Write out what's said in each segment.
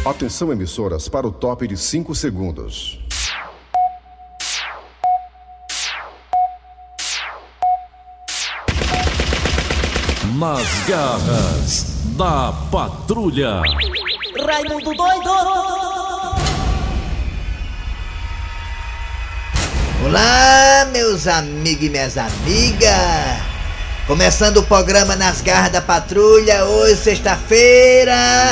Atenção, emissoras, para o top de 5 segundos. Nas garras da patrulha. Raimundo doido! Olá, meus amigos e minhas amigas. Começando o programa Nas Garras da Patrulha, hoje sexta-feira.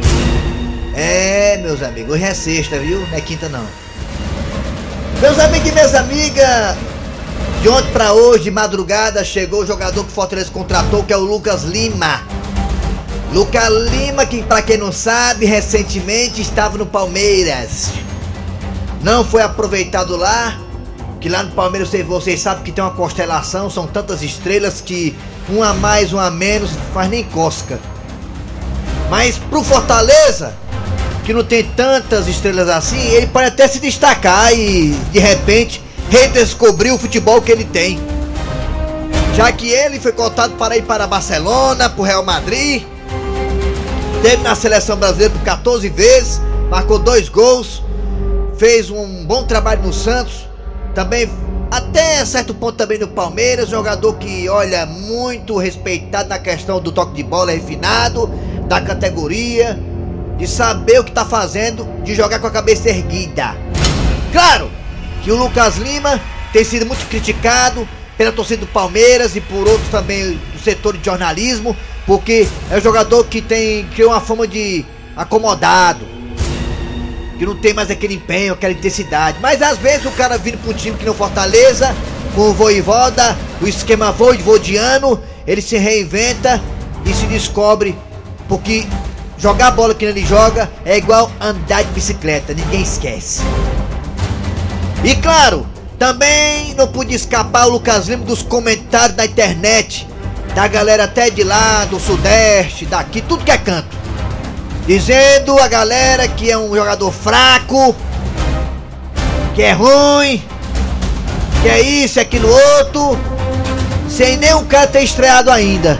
Meus amigos, hoje é sexta, viu? Não é quinta não. Meus amigos e minhas amigas, de ontem pra hoje, de madrugada, chegou o jogador que o Fortaleza contratou, que é o Lucas Lima. Lucas Lima, que pra quem não sabe, recentemente estava no Palmeiras. Não foi aproveitado lá, que lá no Palmeiras vocês sabem que tem uma constelação, são tantas estrelas que uma a mais, uma a menos, faz nem cosca. Mas pro Fortaleza, que não tem tantas estrelas assim, ele pode até se destacar e, de repente, redescobrir o futebol que ele tem. Já que ele foi cotado para ir para Barcelona, para o Real Madrid, teve na seleção brasileira por 14 vezes, marcou 2 gols, fez um bom trabalho no Santos, também até certo ponto também no Palmeiras, jogador que, olha, muito respeitado na questão do toque de bola, refinado, da categoria, de saber o que tá fazendo, de jogar com a cabeça erguida. Claro que o Lucas Lima tem sido muito criticado pela torcida do Palmeiras e por outros também do setor de jornalismo, porque é um jogador que criou uma fama de acomodado, que não tem mais aquele empenho, aquela intensidade. Mas às vezes o cara vindo pra um time que não Fortaleza, com o Vojvoda, o esquema vojvodiano, ele se reinventa e se descobre, porque jogar bola que ele joga é igual andar de bicicleta, ninguém esquece. E claro, também não pude escapar o Lucas Lima dos comentários da internet, da galera até de lá, do Sudeste, daqui, tudo que é canto, dizendo a galera que é um jogador fraco, que é ruim, que é isso, é aquilo outro, sem nem o cara ter estreado ainda.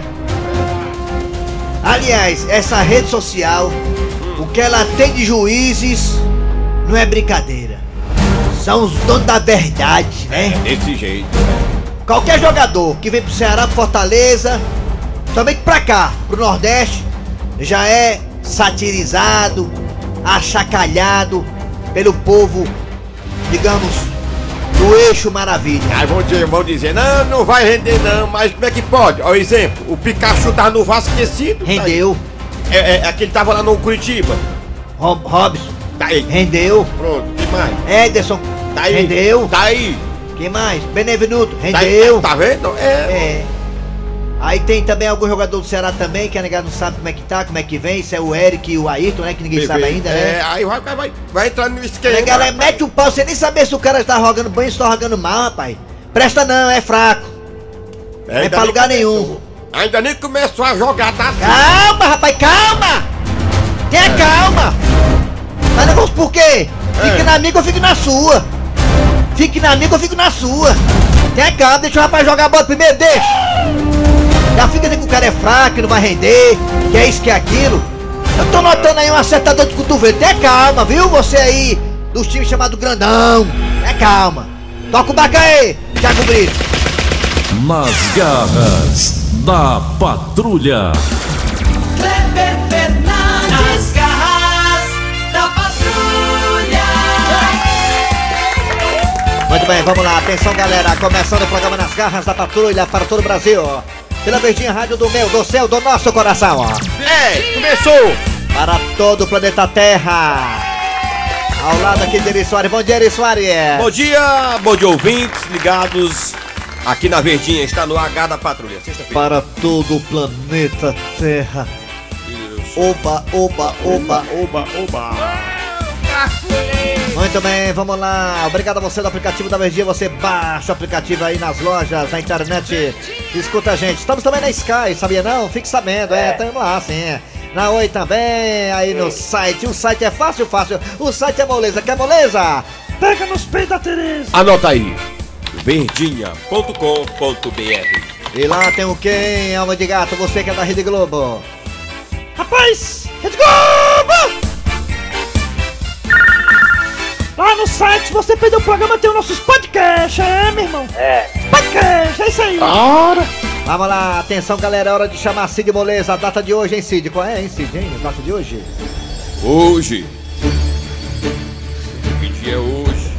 Aliás, essa rede social, o que ela tem de juízes, não é brincadeira. São os donos da verdade, né? Desse jeito. Qualquer jogador que vem pro Ceará, pro Fortaleza, também pra cá, pro Nordeste, já é satirizado, achacalhado pelo povo, digamos, do eixo maravilha. Aí vão dizer, não vai render não, mas como é que pode? Ó, exemplo, o Pikachu tava no Vasco esquecido. Rendeu. Aquele tava lá no Curitiba. Robson. Tá aí. Rendeu. Pronto, que mais? Ederson. Tá aí. Rendeu. Tá aí. Quem mais? Benevenuto. Rendeu. Tá vendo? Aí tem também algum jogador do Ceará também, que a negada não sabe como é que tá, como é que vem. Isso é o Eric e o Ayrton, né? Que ninguém sabe ainda, né? Aí vai entrando no esquema. A galera mete o pau, você nem saber se o cara tá jogando bem ou se tá jogando mal, rapaz. Presta não, é fraco. Não é pra lugar nenhum. Ainda nem começou a jogar, tá? Calma, rapaz, calma! Tenha calma! Mas negócio por quê? Fique na minha que eu fico na sua. Fique na minha que eu fico na sua. Tenha calma, deixa o rapaz jogar a bola primeiro, deixa. Já fica dizendo que o cara é fraco, que não vai render, que é isso, que é aquilo. Eu tô notando aí um acertador de cotovelo. Tenha calma, viu? Você aí, dos times chamados Grandão. Tenha calma. Toca o baca aí, Thiago Brito. Nas garras da patrulha. Kleber Fernandes, nas garras da patrulha. Muito bem, vamos lá. Atenção, galera. Começando o programa Nas Garras da Patrulha para todo o Brasil. Pela Verdinha Rádio do meu, do seu, do nosso coração. Começou! Para todo o planeta Terra. Ao lado aqui de Eri Soares. Bom dia, Eri Soares. Bom dia ouvintes ligados aqui na Verdinha. Está no H da Patrulha, sexta-feira. Para todo o planeta Terra. Isso. Oba, oba, oba. Muito bem, vamos lá. Obrigado a você do aplicativo da Verdinha. Você baixa o aplicativo aí nas lojas, na internet. Escuta a gente. Estamos também na Sky, sabia não? Fique sabendo, estamos lá, sim. Na Oi também, aí no site. O site é fácil. O site é moleza. Quer moleza? Pega nos peitos da Tereza. Anota aí. verdinha.com.br. E lá tem o quem, alma de gato? Você que é da Rede Globo. Rapaz, Rede Globo! sites, você perdeu o programa, tem os nossos podcasts, meu irmão? Podcast, é isso aí. Vamos lá, atenção galera, é hora de chamar Cid Moleza. A data de hoje, hein, Cid? Qual é, hein, Cid, hein? A data de hoje? Hoje. Que dia é hoje?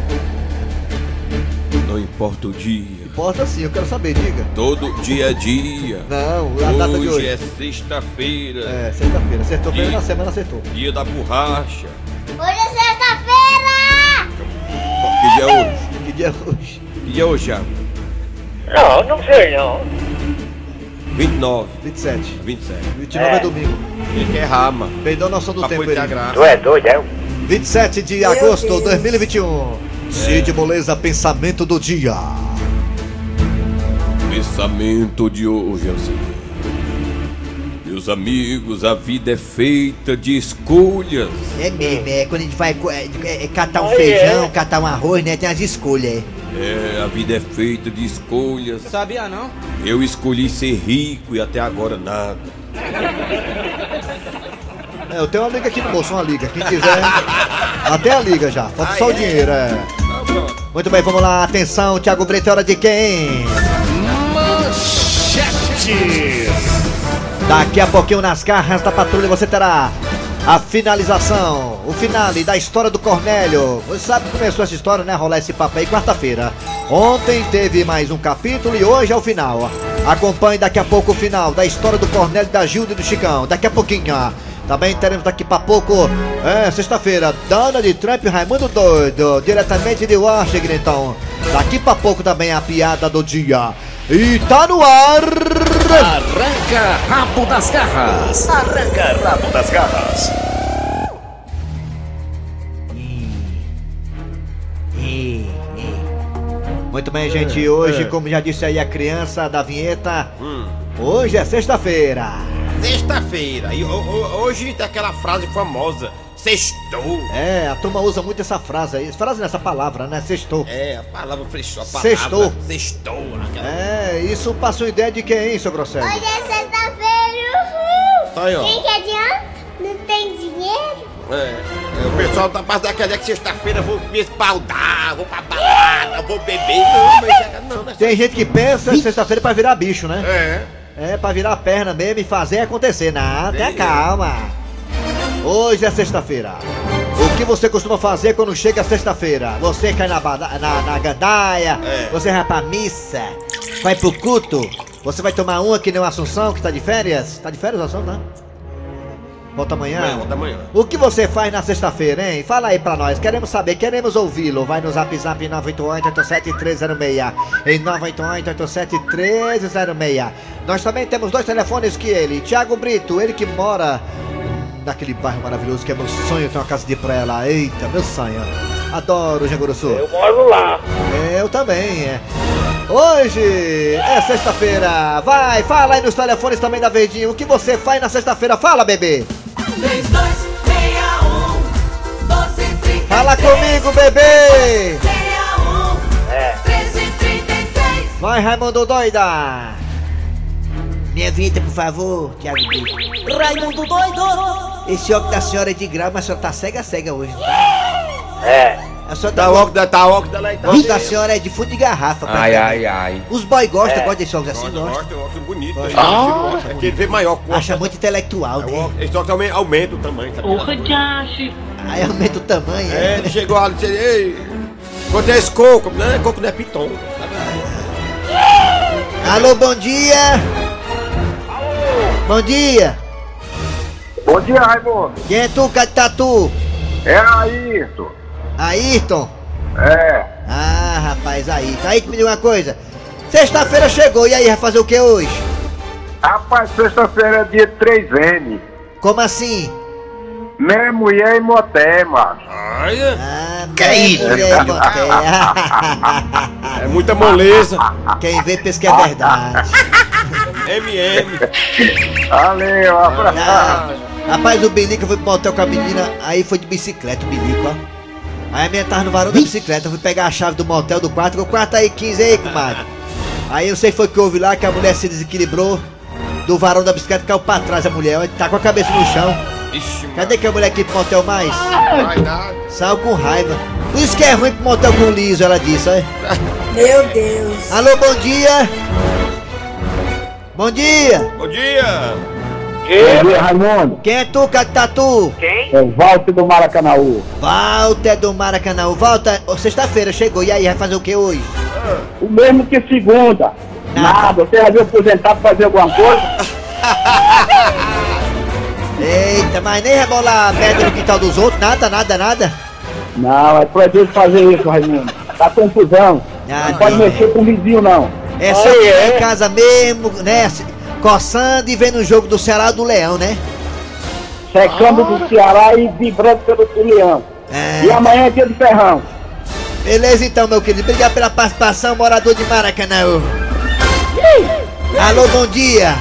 Não importa o dia. Importa sim, eu quero saber, diga. Todo dia é dia. Não, a data de hoje. Hoje é sexta-feira. É, sexta-feira. Acertou bem Dia. na semana, acertou. Dia da borracha. Hoje é sexta-feira! Que dia é hoje? Que dia é hoje? Que dia é hoje, Thiago? Não sei não. 29. 27. 27. 29 é domingo. Tem que errar, mano. Perdeu a noção do tempo Apoio aí. da graça. Tu é doido, é? 27 de agosto de 2021. Cid Moleza, pensamento do dia. Pensamento de hoje é o seguinte. Meus amigos, a vida é feita de escolhas. É mesmo, quando a gente vai catar um feijão, catar um arroz, né? Tem as escolhas, A vida é feita de escolhas. Sabia não? Eu escolhi ser rico e até agora nada. Eu tenho uma liga aqui no bolso, uma liga. Quem quiser, até a liga já. Falta só o dinheiro, Muito bem, vamos lá. Atenção, Thiago Brito, é hora de quem? Daqui a pouquinho nas garras da patrulha você terá a finalização, o finale da história do Cornélio. Você sabe que começou essa história, né? Rolar esse papo aí quarta-feira. Ontem teve mais um capítulo e hoje é o final. Acompanhe daqui a pouco o final da história do Cornélio, da Gilda e do Chicão. Daqui a pouquinho. Também teremos daqui pra pouco, sexta-feira, Donald Trump e Raimundo Doido, diretamente de Washington. Então, daqui pra pouco também a piada do dia. E tá no ar! Arranca rabo das garras. Arranca rabo das garras. Muito bem, gente, hoje, como já disse aí a criança da vinheta, hoje é sexta-feira. Sexta-feira. E hoje tem aquela frase famosa. Sextou. A turma usa muito essa frase aí. Frase nessa palavra, né? Sextou. A palavra fechou. A palavra Sextou. Sextou. Isso passou ideia de quem, hein, seu Grosselho? Hoje é sexta-feira, uhul! Tá aí, ó. Quem que adianta? Não tem dinheiro? O pessoal tá passando aquela ideia que sexta-feira eu vou me espaldar, vou pra balada, vou beber. Não, mas não, né? Tem gente que pensa sexta-feira pra virar bicho, né? É. Pra virar a perna mesmo e fazer acontecer. Não, tenha calma. Hoje é sexta-feira. O que você costuma fazer quando chega sexta-feira? Você cai na gandaia, você vai pra missa, vai pro culto, você vai tomar uma que nem o Assunção, que tá de férias? Tá de férias, Assunção, não? Volta amanhã? Volta amanhã. O que você faz na sexta-feira, hein? Fala aí pra nós, queremos saber, queremos ouvi-lo. Vai no Zap Zap 988-87306. Em 988-87306. Nós também temos dois telefones que ele, Thiago Brito, ele que mora naquele bairro maravilhoso que é meu sonho, ter uma casa de praia lá. Eita, meu sonho. Adoro o Janguruçu. Eu moro lá. Eu também, Hoje é sexta-feira. Vai, fala aí nos telefones também da Verdinho. O que você faz na sexta-feira? Fala, bebê. 3261 1233. Fala comigo, bebê. 1333. Vai, Raimundo Doida. Minha vida, por favor, Thiago Brito. Raimundo Doido. Esse óculos da senhora é de grau, mas a senhora tá cega hoje. A senhora Tá óculos dela aí. O óculos da senhora é de fundo de garrafa. Ai. Os boy gostam desse óculos assim, gostam. Gosta, é um óculos bonito. Gosta. É que ele vê maior. Acha muito intelectual, né? Esse óculos também aumenta o tamanho. Aí aumenta o tamanho. Ele chegou lá e disse, ei, quanto é esse coco? Não, coco não é piton. Alô, bom dia. Bom dia. Bom dia, Raimundo. Quem é tu, Catatu? É Ayrton. Ayrton? É. Ah, rapaz, Ayrton. Aí que me diga uma coisa. Sexta-feira chegou, e aí, vai fazer o que hoje? Rapaz, sexta-feira é dia 3M. Como assim? Minha mulher e moté, macho. Ah, que é isso? É muita moleza. Quem vê pensa que é verdade. MM. Valeu, abraço. Rapaz, o Bilico foi pro motel com a menina, aí foi de bicicleta, o Bilico, ó. Aí a menina tava no varão da bicicleta, eu fui pegar a chave do motel do quarto, o quarto aí 15 aí, comadre. Aí eu sei que foi que houve lá, que a mulher se desequilibrou do varão da bicicleta, caiu pra trás a mulher, tá com a cabeça no chão. Ixi, Cadê que a mulher aqui pro motel mais? vai nada. Saiu com raiva. Por isso que é ruim pro motor com liso, ela disse, olha. Meu Deus. Alô, bom dia. Bom dia. Bom dia! Bom dia, Raimundo. Quem é tu, Catatu? É Walter do Maracanãú. Walter do Maracanã. Walter, sexta-feira chegou, e aí, vai fazer o que hoje? O mesmo que segunda. Nada, você já viu aposentado fazer alguma coisa? Eita, mas nem rebolar pedra no quintal dos outros, nada. Não, é proibido fazer isso, Raimundo. Tá confusão. Ah, Não pode mexer com o vizinho, não. É só ficar em casa mesmo, né? Coçando e vendo o jogo do Ceará do Leão, né? Secando do Ceará e vibrando pelo Tulião. É. E amanhã é dia de ferrão. Beleza então, meu querido. Obrigado pela participação, morador de Maracanã. Alô, bom dia.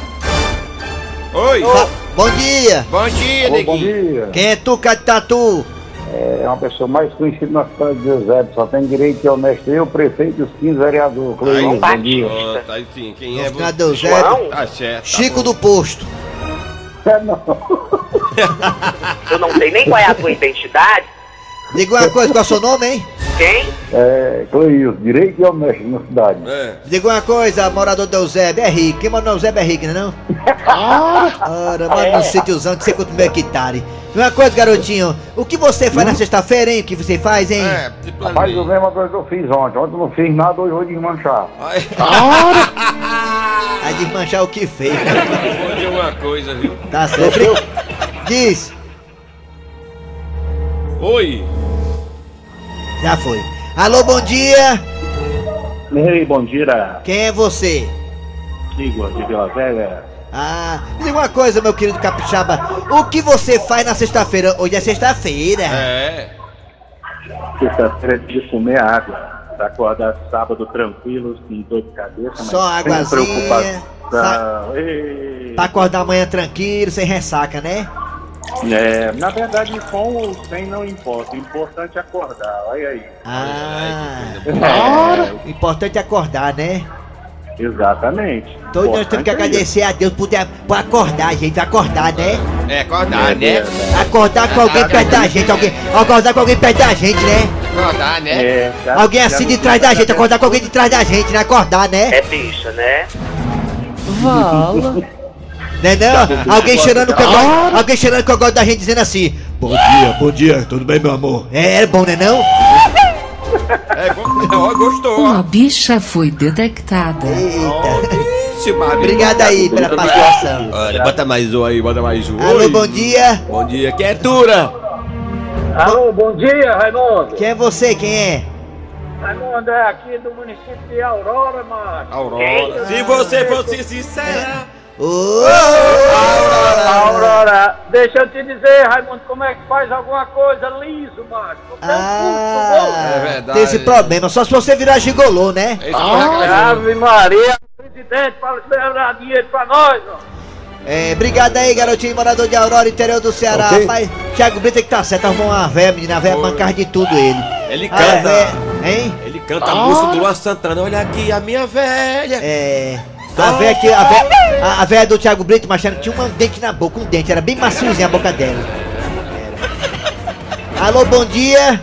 Oi! Bom dia. Bom dia, Bom neguinho! dia. Quem é tu, Catatu? É uma pessoa mais conhecida na cidade de Eusébio, só tem direito e honesto. Eu, prefeito e os 15 vereadores. Cleide, bom dia. Tá aí sim, quem é? Cidadão Zé. Tá certo. Tá Chico bom. do Posto. É, não. Eu não sei nem qual é a sua identidade. Diga uma coisa, qual é o seu nome, hein? Quem? É, Cleide, direito e honesto na cidade. É. Diga uma coisa, morador do Eusébio, é rico. Quem mora no Eusébio é rico, né não? Ora, mora num sítiozão de 50 mil hectares. Diga uma coisa, garotinho, o que você faz na sexta-feira, hein? O que você faz, hein? É, de Faz a planejo. mesma coisa que eu fiz ontem. Ontem eu não fiz nada, hoje eu vou desmanchar. Ai, Vai desmanchar o que fez. vou dizer uma coisa, viu? Tá certo. Diz. Oi! Já foi. Alô, bom dia. Ei, bom dia, Quem é você? Igor de Vila Velha. Ah, me diga uma coisa, meu querido capixaba. O que você faz na sexta-feira? Hoje é sexta-feira. É. Sexta-feira é de comer água. Pra acordar sábado tranquilo, sem dor de cabeça. mas Só sem águazinha. preocupação. Ei. Pra acordar amanhã tranquilo, sem ressaca, né? É, na verdade, com ou sem não importa. O importante é acordar. Olha aí. Ah, o importante é acordar, né? Exatamente. Todos nós temos que agradecer a Deus por acordar, gente. Acordar, né? É, acordar, né? Acordar com alguém perto da gente. Acordar com alguém perto da gente, né? Acordar, né? É, Alguém assim de trás da gente. Acordar com alguém de trás da gente, né? Acordar, né? É bicha, né? Né não? Alguém cheirando com o gosto da gente dizendo assim: Bom dia, tudo bem, meu amor? É bom, né não? É, gostou. Uma bicha foi detectada. Eita. Obrigado aí pela participação. Olha, bota mais um aí, bota mais um. Alô, Oi. bom dia. Bom dia, quem é Tura? Alô, bom dia, Raimundo. Quem é você? Quem é? Raimundo é aqui do município de Aurora, mano. Aurora. Se você fosse sincera. Ô, Aurora, deixa eu te dizer, Raimundo, como é que faz alguma coisa liso, mano? É verdade. tem esse problema, só se você virar gigolô, né? Esse porra Ave Maria, presidente, para liberar dinheiro pra nós, ó. Obrigado aí, garotinho, morador de Aurora, interior do Ceará. Ok. Rapaz, Thiago Brito é que tá certo, arrumou uma véia, menina, a véia mancava de tudo ele. Ele A canta. véia, hein? Ele canta a música do Luan Santana. Olha aqui a minha velha. A véia do Thiago Brito, machando, tinha um dente na boca, era bem maciozinha a boca dela. Era. Alô, bom dia.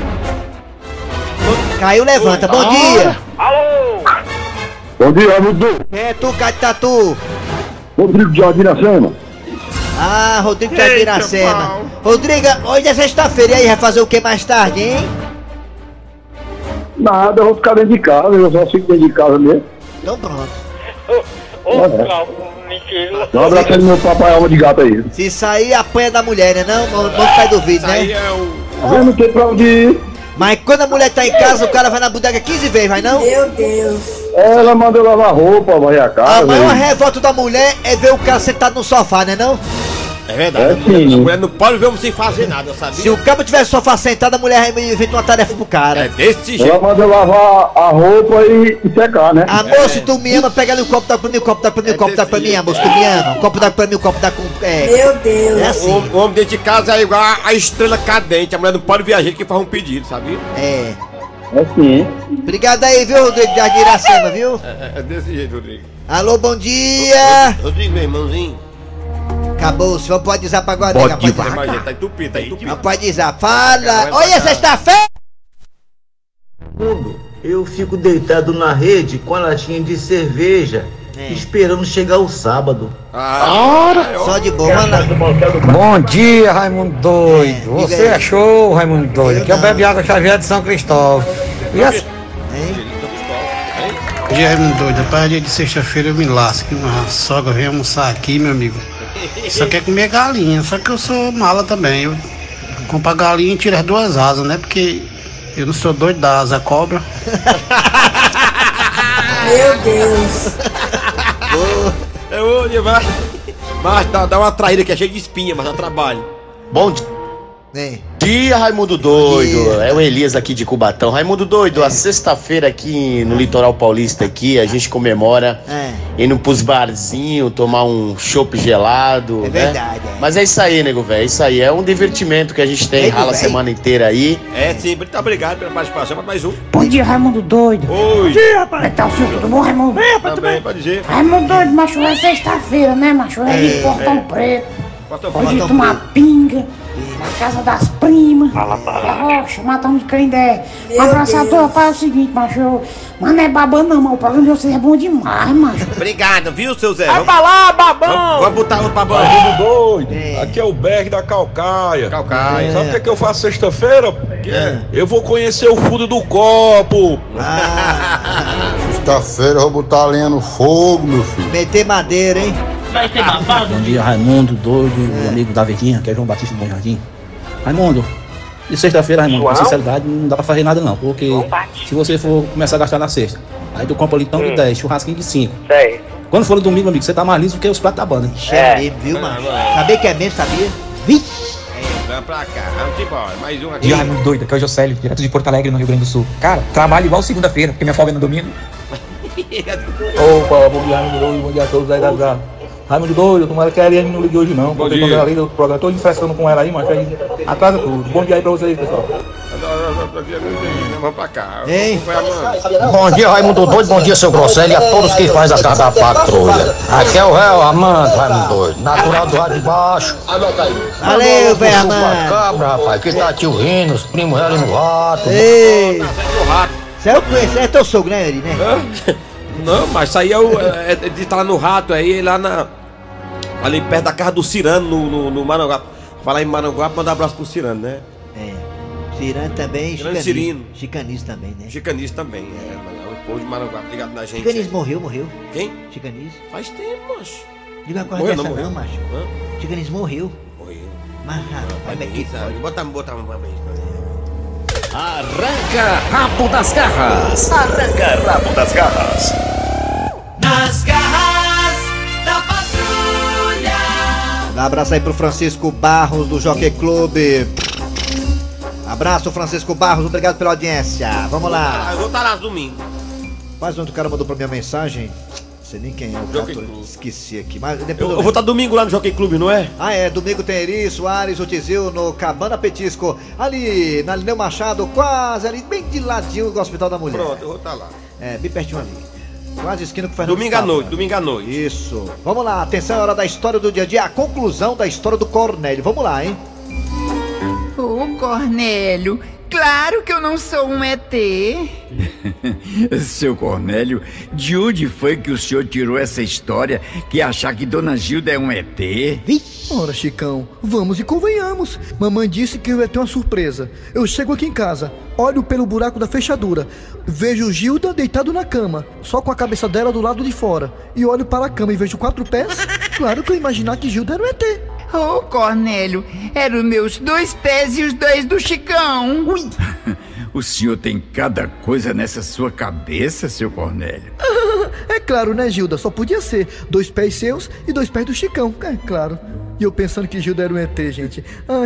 Caiu, levanta, bom dia. Alô! Bom dia, Raimundo. Quem é tu, Catatu? Rodrigo de Aldiracema. Ah, Rodrigo de Iracema. Rodrigo, hoje é sexta-feira, e aí vai fazer o que mais tarde, hein? Nada, eu vou ficar dentro de casa, eu só fico dentro de casa mesmo. Então pronto. Dá um abraço aí no meu papai alma de gato aí. Se sair, apanha da mulher, né não? Não cai do vídeo, Isso aí né? é o. Ah, não tem pra onde ir. Mas quando a mulher tá em casa, o cara vai na bodega 15 vezes, vai não? Meu Deus. Ela manda eu lavar roupa, varrer a casa. A maior e- revolta da mulher é ver o cara sentado no sofá, né não? É verdade. É sim. A mulher não pode ver um sem fazer nada, sabia? Se o cabo tiver no sofá sentado, a mulher inventa uma tarefa pro É cara. desse Ela jeito. manda eu lavar a roupa e secar, né? Amor, se tu me ama, pega ali o copo d'água pra mim, o copo d'água pra mim, o copo d'água pra mim, amor, se tu me ama. O copo d'água pra mim, o copo d'água com... Meu Deus. É assim, O homem dentro de casa é igual a estrela cadente. A mulher não pode ver a gente que faz um pedido, sabia? é. É sim. Obrigado aí, viu, Rodrigo de Iracema, viu? É desse jeito, Rodrigo. Alô, bom dia. Rodrigo, meu irmãozinho. Acabou, o senhor pode usar pra agora, Pode rapaz. vai. Mas tá entupido, tá entupido. Não pode usar. Fala. Olha, sexta-feira. Eu fico deitado na rede com a latinha de cerveja, esperando chegar o sábado. Só de boa, Bom dia, Raimundo Doido. Você é show, Raimundo Doido. Aqui é o Bebe Água Xavier de São Cristóvão. E assim... Bom dia, Raimundo Doido. Rapaz, dia de sexta-feira eu me lasco. Uma sogra vem almoçar aqui, meu amigo. Só quer comer galinha, só que eu sou mala também. Eu compro a galinha e tiro as duas asas, né? Porque eu não sou doido da asa cobra. Meu Deus. Mas dá uma traíra que é cheia de espinha, mas dá trabalho. Bom dia, Raimundo Doido. É o Elias aqui de Cubatão. Raimundo Doido, a sexta-feira aqui no Litoral Paulista aqui, a gente comemora indo pros barzinhos, tomar um chopp gelado, né? Verdade, Mas é isso aí, nego, velho. É isso aí. É um divertimento que a gente tem, rala a semana inteira aí. Sim, muito obrigado pela participação. Mais um. Bom dia, Raimundo Doido. Oi. Bom dia, rapaz. Como é que tá o senhor? Tudo bom, Raimundo? Rapaz, tudo bem. Pode dizer. Raimundo Doido, macho, é sexta-feira, né, macho? É de Portão Preto. Pode ir tomar pinga na casa das primas. Rocha, matamos de Canindé. Um abraço a todos, rapaz. É o seguinte, macho. Mas não é babão não, mas o programa de vocês é bom demais, macho. Obrigado, viu, seu Zé? Vai pra lá, babão! Vamos botar outro babão. Raimundo Doido, aqui é o Berg da Calcaia. Sabe o que eu faço sexta-feira? Eu vou conhecer o fundo do copo. Sexta-feira eu vou botar a lenha no fogo, meu filho. Meter madeira, hein? Vai ter babado. Bom dia, Raimundo Doido, o amigo da Verdinha, que é João Batista do Bom Jardim. Raimundo, de sexta-feira, Raimundo, com sinceridade, não dá pra fazer nada não, porque se você for começar a gastar na sexta, aí tu compra litão de 10, churrasquinho de 5. Sei. Quando for no domingo, amigo, você tá mais liso do que os pratos da banda. É mesmo, viu, mano? Sabia que é mesmo, sabia? Vixe! Vamos pra cá, vamos embora. Mais um aqui. Bom dia, Raimundo Doido, aqui é o Josélio, direto de Porto Alegre, no Rio Grande do Sul. Cara, trabalho igual segunda-feira, porque minha folga é no domingo. Opa, bom dia, Raimundo Doido, bom dia a todos aí da Raimundo Doido, tomara que a Ariane não ligue hoje não, porque quando ela liga o programa, tô infestando com ela aí, mas aí atrasa tudo. Bom dia aí pra vocês, pessoal. Vamos pra cá. Hein? Bom dia, Raimundo Doido. Bom dia, seu Grosselio, e a todos que fazem a casa da patrulha. Aqui é o réu Amando, Raimundo Doido, natural do lado de baixo. Valeu, velho Amando. Cabra, rapaz, que tá tio Rino, os primos ali no rato. Ei! Você é teu sogro, né, Eri, né? Não, mas isso aí é de estar lá no rato aí, lá ali perto da casa do Cirano, no Maranguape. Falar em Maranguape, mandar um abraço pro Cirano, né? Cirano também, Cirino. Chicanis também, né? Chicanis também, o povo de Maranguape ligado na gente. Chicanis morreu. Quem? Chicanis. Faz tempo, macho. Diga uma coisa dessa não, macho. Chicanis morreu. Mas, olha aqui, sabe? Bota uma vez. Arranca rabo das garras. Arranca rabo das garras. Nas garras da patrulha. Um abraço aí pro Francisco Barros do Jockey Club. Abraço, Francisco Barros, obrigado pela audiência. Vamos lá. Eu vou estar lá domingo. Quase onde o cara mandou pra minha mensagem. Não sei nem quem é o cara, esqueci aqui. Mas depois eu vou estar domingo lá no Jockey Club, não é? Domingo tem Eri, Soares, o Tizil, no Cabana Petisco, ali na Lineu Machado, quase ali, bem de ladinho do Hospital da Mulher. Pronto, eu vou estar lá. Bem pertinho ali. Quase esquina com o Fernando. Domingo à noite. Isso. Vamos lá, atenção, é hora da história do dia a dia, a conclusão da história do Cornélio. Vamos lá, hein? Ô, Cornélio, claro que eu não sou um ET. Seu Cornélio, de onde foi que o senhor tirou essa história que achar que Dona Gilda é um ET? Ora, Chicão, vamos e convenhamos. Mamãe disse que eu ia ter uma surpresa. Eu chego aqui em casa, olho pelo buraco da fechadura, vejo Gilda deitado na cama, só com a cabeça dela do lado de fora. E olho para a cama e vejo 4 pés. Claro que eu ia imaginar que Gilda era um ET. Ô, Cornélio, eram meus 2 pés e os 2 do Chicão. Ui. O senhor tem cada coisa nessa sua cabeça, seu Cornélio. É claro, né, Gilda? Só podia ser 2 pés seus e 2 pés do Chicão, é claro. E eu pensando que Gilda era um ET, gente.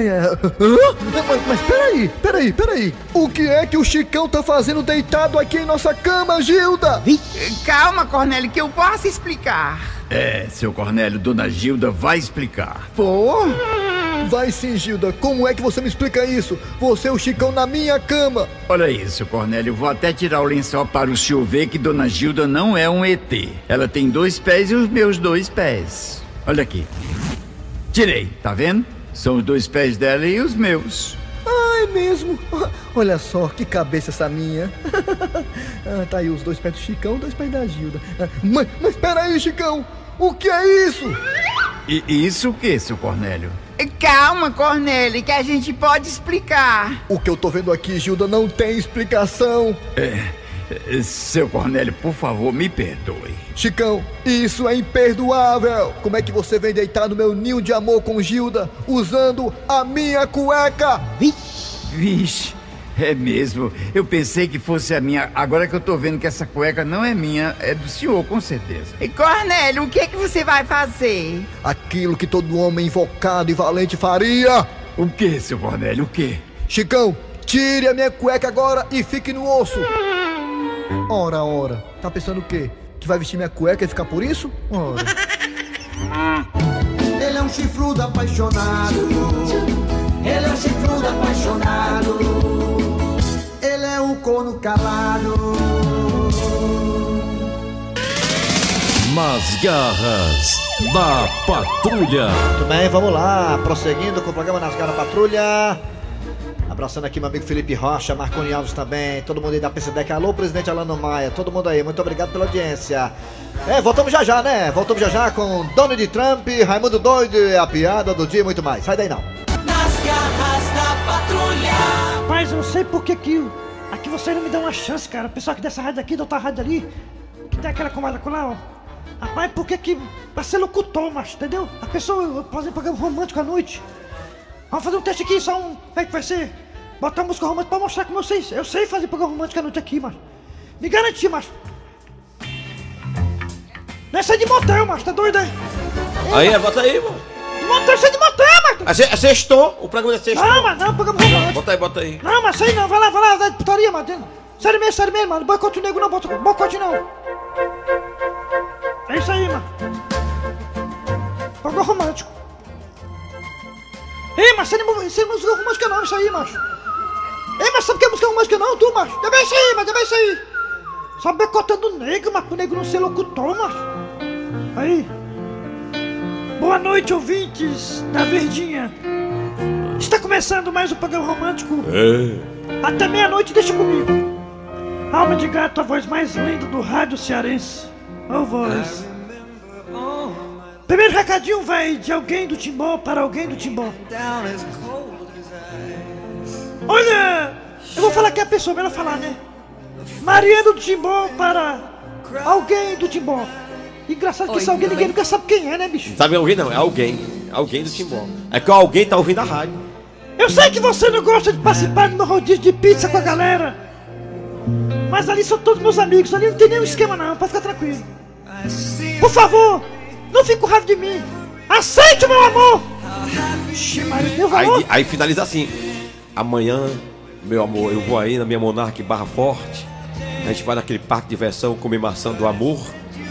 Mas peraí. O que é que o Chicão tá fazendo deitado aqui em nossa cama, Gilda? Calma, Cornélio, que eu posso explicar. Seu Cornélio, Dona Gilda vai explicar. Pô? Vai sim, Gilda. Como é que você me explica isso? Você é o Chicão na minha cama. Olha isso, Cornélio. Vou até tirar o lençol para o senhor ver que Dona Gilda não é um ET. Ela tem 2 pés e os meus 2 pés. Olha aqui. Tirei, tá vendo? São os 2 pés dela e os meus. Ah, é mesmo? Olha só, que cabeça essa minha. Tá aí os 2 pés do Chicão, 2 pés da Gilda. Mas peraí, Chicão, o que é isso? E isso o que, seu Cornélio? Calma, Cornélio, que a gente pode explicar. O que eu tô vendo aqui, Gilda, não tem explicação. Seu Cornélio, por favor, me perdoe. Chicão, isso é imperdoável. Como é que você vem deitar no meu ninho de amor com Gilda usando a minha cueca? Vixe, é mesmo. Eu pensei que fosse a minha. Agora que eu tô vendo que essa cueca não é minha, é do senhor, com certeza. E Cornélio, o que você vai fazer? Aquilo que todo homem invocado e valente faria. O que, seu Cornélio, o que? Chicão, tire a minha cueca agora e fique no osso. Ora, tá pensando o quê? Que vai vestir minha cueca e ficar por isso? Ora. Ele é um chifrudo apaixonado. Ele é um chifrudo apaixonado. Ele é um corno calado. Nas garras da patrulha. Muito bem, vamos lá. Prosseguindo com o programa Nas Garras da Patrulha. Abraçando aqui meu amigo Felipe Rocha, Marconi Alves também, todo mundo aí da PCDEC. Alô, presidente Alano Maia, todo mundo aí, muito obrigado pela audiência. Voltamos já, né? Voltamos já com Donald Trump, Raimundo Doido, a piada do dia e muito mais. Sai daí não. Nas garras da patrulha. Rapaz, eu não sei por que aqui você não me dá uma chance, cara. O pessoal aqui dessa rádio aqui, da outra rádio ali, que tem aquela comadre lá, ó. Rapaz, por que pra ser locutor, macho, entendeu? A pessoa fazer um programa romântico à noite. Vamos fazer um teste aqui, só um. Como é que vai ser? Botar música romântica pra mostrar como eu sei fazer programa romântico à noite aqui, macho. Me garanti, macho. Não é sair de motel, macho, tá doido, hein? Aí, bota aí, mano. De motel, sai de motel, macho. É sextou, o programa é sextou. Não, mas não, programa romântico. Bota aí. Não, mas sai não, vai lá, vai de putaria, mano. Sério mesmo, mano. Boicote o nego não, boicote não. É isso aí, mano. Programa romântico. Ei, mas isso é música romântica não, isso aí, macho. Ei, mas sabe o que é música romântica não, tu, macho? Deve isso aí. Só becotando o negro, mas pro negro não ser locutor, macho. Aí. Boa noite, ouvintes da Verdinha. Está começando mais um programa romântico. Até meia-noite, deixa comigo. Alma de gato, a voz mais linda do rádio cearense. Ô, voz. Primeiro recadinho vai de alguém do Timbó para alguém do Timbó. Olha, eu vou falar que é a pessoa, melhor falar, né? Mariano do Timbó para alguém do Timbó. Engraçado que esse alguém ninguém nunca sabe quem é, né, bicho? Sabe alguém não, é alguém. Alguém do Timbó. É que alguém tá ouvindo a rádio. Eu sei que você não gosta de participar do meu rodízio de pizza com a galera. Mas ali são todos meus amigos, ali não tem nenhum esquema não, pode ficar tranquilo. Por favor, não fique com raiva de mim. Aceite o meu amor. Aí finaliza assim. Amanhã, meu amor, eu vou aí na minha Monark Barra Forte. A gente vai naquele parque de diversão, comer maçã do amor.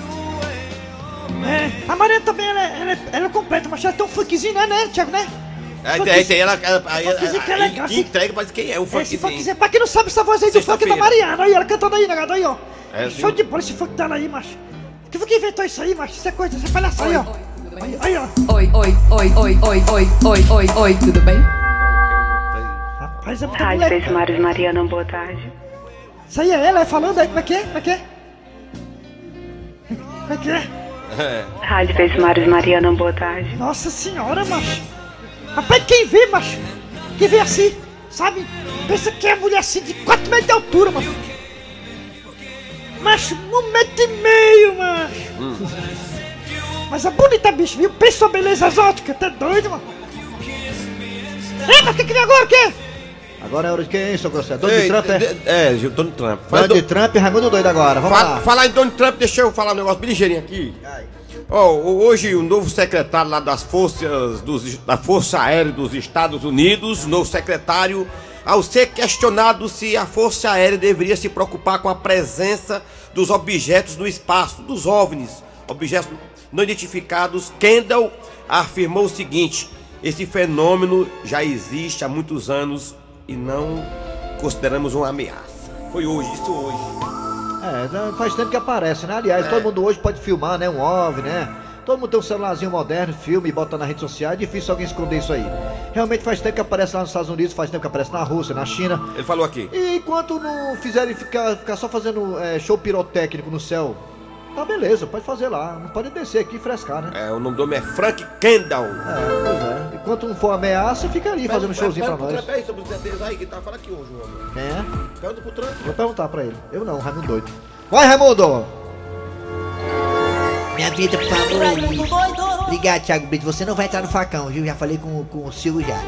A Mariana também, ela é completa, mas ela tem um funkzinho, né, Thiago, né? Tem ela que é legal, que entrega, mas quem é o funkzinho? Esse funkzinho, pra quem não sabe essa voz aí do funk da Mariana, aí ela cantando aí, negado, aí, ó. Show de bola esse funk dela aí, macho. Quem foi que inventou isso aí, macho? Isso é coisa, isso é palhaçada aí, ó. Aí, ó. Oi, tudo bem? Rapaz, é muita Rádio moleque. Fez Mários Mariana, boa tarde. Isso aí é ela, falando aí, como é que é? Como é que é? Rádio Fez Mários Mariana, boa tarde. Nossa senhora, macho. Rapaz, quem vê, macho? Quem vê assim, sabe? Pensa que é mulher assim de 4 metros de altura, macho. Macho, 1,5 metro, macho. Mas é bonita, bicho, viu? Pensa uma beleza exótica, tá doido, mano? Mas o que vem agora, o quê? Agora é hora de quem, seu Grosselho? Donald Trump, Donald Trump. Donald Trump e Raimundo Doido agora, vamos lá. Falar em Donald Trump, deixa eu falar um negócio bem ligeirinho aqui. Hoje o novo secretário lá da Força Aérea dos Estados Unidos, o novo secretário, ao ser questionado se a Força Aérea deveria se preocupar com a presença dos objetos no espaço, dos OVNIs, objetos não identificados, Kendall afirmou o seguinte: esse fenômeno já existe há muitos anos e não consideramos uma ameaça. Foi hoje, isso hoje. Faz tempo que aparece, né? Aliás, todo mundo hoje pode filmar, né? Um OVNI, né? Todo mundo tem um celularzinho moderno, filma e bota na rede social. É difícil alguém esconder isso aí. realmente faz tempo que aparece lá nos Estados Unidos, faz tempo que aparece na Rússia, na China. Ele falou aqui. E enquanto não fizerem ficar só fazendo show pirotécnico no céu, tá beleza, pode fazer lá. Não pode descer aqui e frescar, né? O nome do homem é Frank Kendall. Pois é. Enquanto não for ameaça, fica ali fazendo showzinho pra nós. Pergunta aí sobre os detalhes aí que tá falando aqui hoje, homem. Quem é? Pergunta pro Trump. Vou perguntar pra ele. Eu não, Raimundo doido. Vai, Raimundo! Minha vida, por favor. Obrigado, Thiago Brito. Você não vai entrar no facão, viu? Já falei com o Silvio já.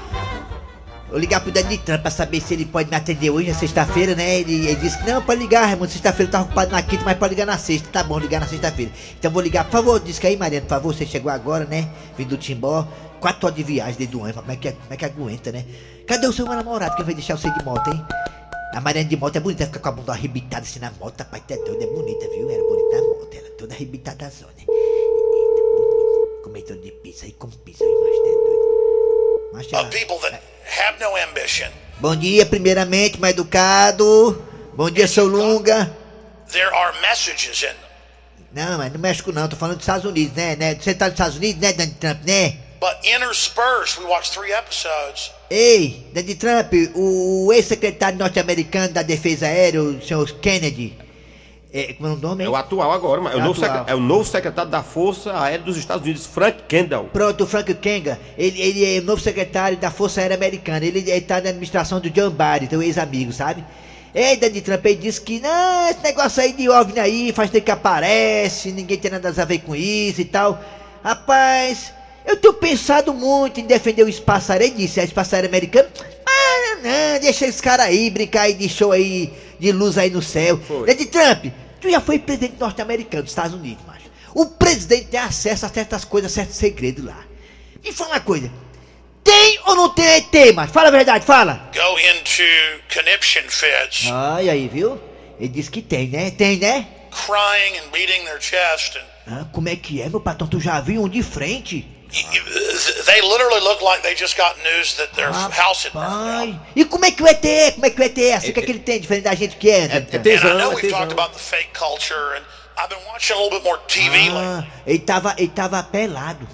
Vou ligar pro Donald Trump pra saber se ele pode me atender hoje, na sexta-feira, né? Ele disse que não, pode ligar, Raimundo. Sexta-feira tá ocupado na quinta, mas pode ligar na sexta. Tá bom, ligar na sexta-feira. Então vou ligar, por favor, disca aí, Mariana, por favor. Você chegou agora, né? Vindo do Timbó. 4 horas de viagem desde o ano. Como é que aguenta, né? Cadê o seu namorado que vai deixar você de moto, hein? A Mariana de moto é bonita, fica com a bunda arrebitada assim na moto, rapaz, tá doida, é bonita, viu? Era bonita na moto, ela toda arrebitada só, né? Comedor de pizza, aí com pizza, mas é doido. Of people that have no ambition. Bom dia, primeiramente, mais educado. Bom dia, seu Lunga. There are messages in them. Não, mas no México não, tô falando dos Estados Unidos, né? Você tá nos Estados Unidos, né, Donald Trump, né? But interspersed, we watched 3 episodes. Ei, Donald Trump, o ex-secretário norte-americano da defesa aérea, o senhor Kennedy, como é o nome? É o atual agora, mas é o novo secretário da Força Aérea dos Estados Unidos, Frank Kendall. Pronto, o Frank Kendall, ele é o novo secretário da Força Aérea Americana, ele tá na administração do John Biden, teu ex-amigo, sabe? Ei, Donald Trump, ele disse que, não, esse negócio aí de OVNI aí, faz tempo que aparece, ninguém tem nada a ver com isso e tal. Rapaz, eu tenho pensado muito em defender o espaço aéreo, ele disse, espaço aéreo americano. Ah, não, deixa esse cara aí, brincar aí de show aí, de luz aí no céu. Donald Trump, tu já foi presidente norte-americano dos Estados Unidos, macho. O presidente tem acesso a certas coisas, a certos segredos lá. Me fala uma coisa, tem ou não tem ET, macho? Fala a verdade, fala. Go into conniption fits. Ai, aí, viu? Ele disse que tem, né? Tem, né? Crying and beating their chest. Como é que é, meu patrão? Tu já viu um de frente? They literally look like they just got news that their house had burned down. E como é que o ET é? Como é que o ET é? Assim, o que é que ele tem diferente da gente que é? And I know we've talked about the fake culture, and I've been watching a little bit more TV lately. Ele tava pelado.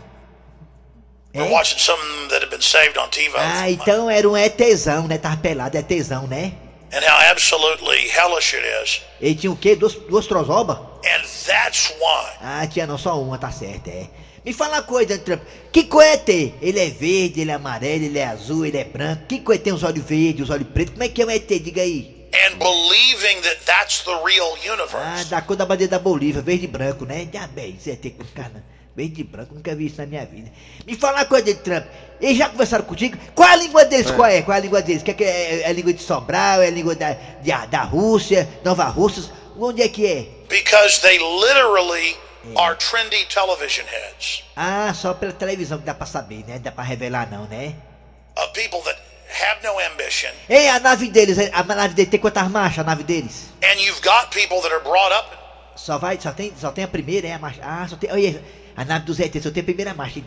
We're watching some that have been saved on TiVo. Então era um ETzão, né? Tava pelado, ETzão, né? And how absolutely hellish it is. Ele tinha o quê? Duas trozobas? And that's why. Tinha não, só uma, tá certo, é. Me fala uma coisa, Trump. Que cor é ET? Ele é verde, ele é amarelo, ele é azul, ele é branco. Que cor é? Tem os olhos verdes, os olhos pretos. Como é que é um ET? Diga aí. And believing that that's the real universe. Da cor da bandeira da Bolívia, verde e branco, né? Já bem, esse ET com cara verde e branco, nunca vi isso na minha vida. Me fala uma coisa, Trump. Eles já conversaram contigo? Qual é a língua deles? Qual é? Qual é a língua deles? Que é a língua de Sobral? É a língua da Rússia? Nova Rússia? Onde é que é? Because they literally are trendy television heads. Só pela televisão que dá pra saber, né? Dá pra revelar não, né? Of people that have no ambition. Ei, a nave deles tem quantas marchas, a nave deles? And you've got people that are brought up. Só tem a primeira, é a marcha. Só tem. Olha, a nave dos ET só tem a primeira marcha.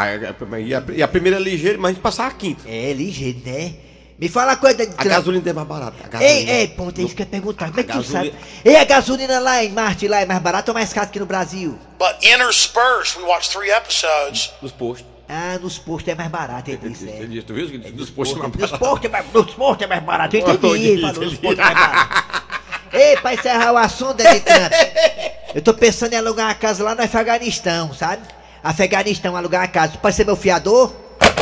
E a primeira é ligeira, mas a gente passar a quinta. É, ligeiro, né? Me fala uma coisa... A gasolina é mais barata. Ponto, é isso que eu ia perguntar. Como é que tu sabe? Ei, a gasolina lá em Marte lá é mais barata ou mais cara que no Brasil? But interspersed, we watched 3 episodes. Nos postos. Nos postos é mais barato, ele disse. Tu viu? Nos postos é mais barato. Nos postos é mais barato, eu entendi. Falou, nos postos é mais barato. Ei, pra encerrar o assunto, Donald Trump, eu tô pensando em alugar uma casa lá no Afeganistão, sabe? Afeganistão, alugar uma casa. Tu pode ser meu fiador?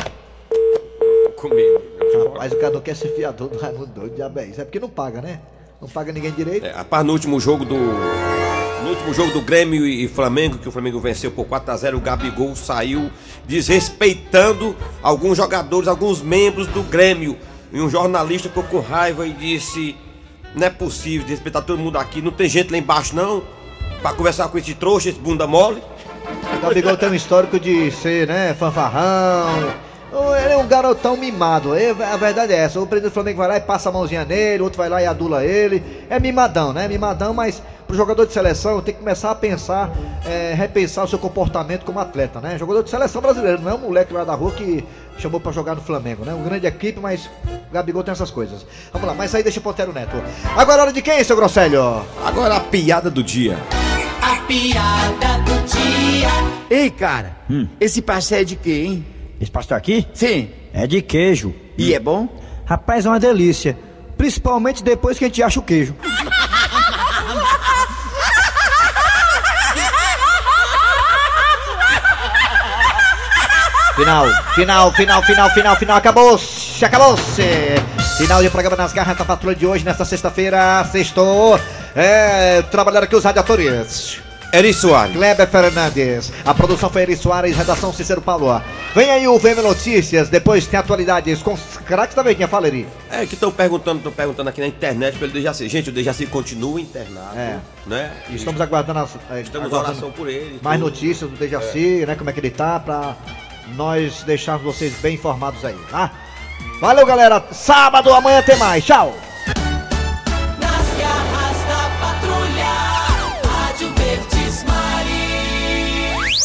Comigo. Rapaz, o cara não quer ser fiador do Raimundo doido, diabo é isso. É porque não paga, né? Não paga ninguém direito. Rapaz, no último jogo do Grêmio e Flamengo, que o Flamengo venceu por 4-0, o Gabigol saiu desrespeitando alguns jogadores, alguns membros do Grêmio. E um jornalista ficou com raiva e disse: não é possível desrespeitar todo mundo aqui, não tem gente lá embaixo não, pra conversar com esse trouxa, esse bunda mole. O Gabigol tem um histórico de ser, né, fanfarrão. Ele é um garotão mimado, a verdade é essa. O presidente do Flamengo vai lá e passa a mãozinha nele, o outro vai lá e adula ele. É mimadão, né? Mimadão, mas pro jogador de seleção tem que começar a pensar, repensar o seu comportamento como atleta, né? Jogador de seleção brasileiro, não é um moleque lá da rua que chamou pra jogar no Flamengo, né? Uma grande equipe, mas o Gabigol tem essas coisas. Vamos lá, mas aí deixa o Ponteiro Neto. Agora é hora de quem, seu Grosselho? Agora a piada do dia. A piada do dia. Ei, cara, esse passeio é de quê, hein? Esse pastel aqui? Sim. É de queijo. E é bom? Rapaz, é uma delícia. Principalmente depois que a gente acha o queijo. Final, acabou-se. Final de programa nas garras da patrulha de hoje, nesta sexta-feira, sextou. Trabalharam aqui os radiadores. Eri Soares, Kleber Fernandes. A produção foi Eri Soares, redação Cícero Paulo. Vem aí o VM Notícias, depois tem atualidades com os craques da Verdinha. Fala, Eri. Que estão perguntando aqui na internet pelo Dejaci. Gente, o Dejaci continua internado, né? Estamos aguardando estamos oração por ele. Mais notícias do Dejaci, né? Como é que ele tá, pra nós deixarmos vocês bem informados aí, tá? Valeu, galera. Sábado, amanhã tem mais. Tchau.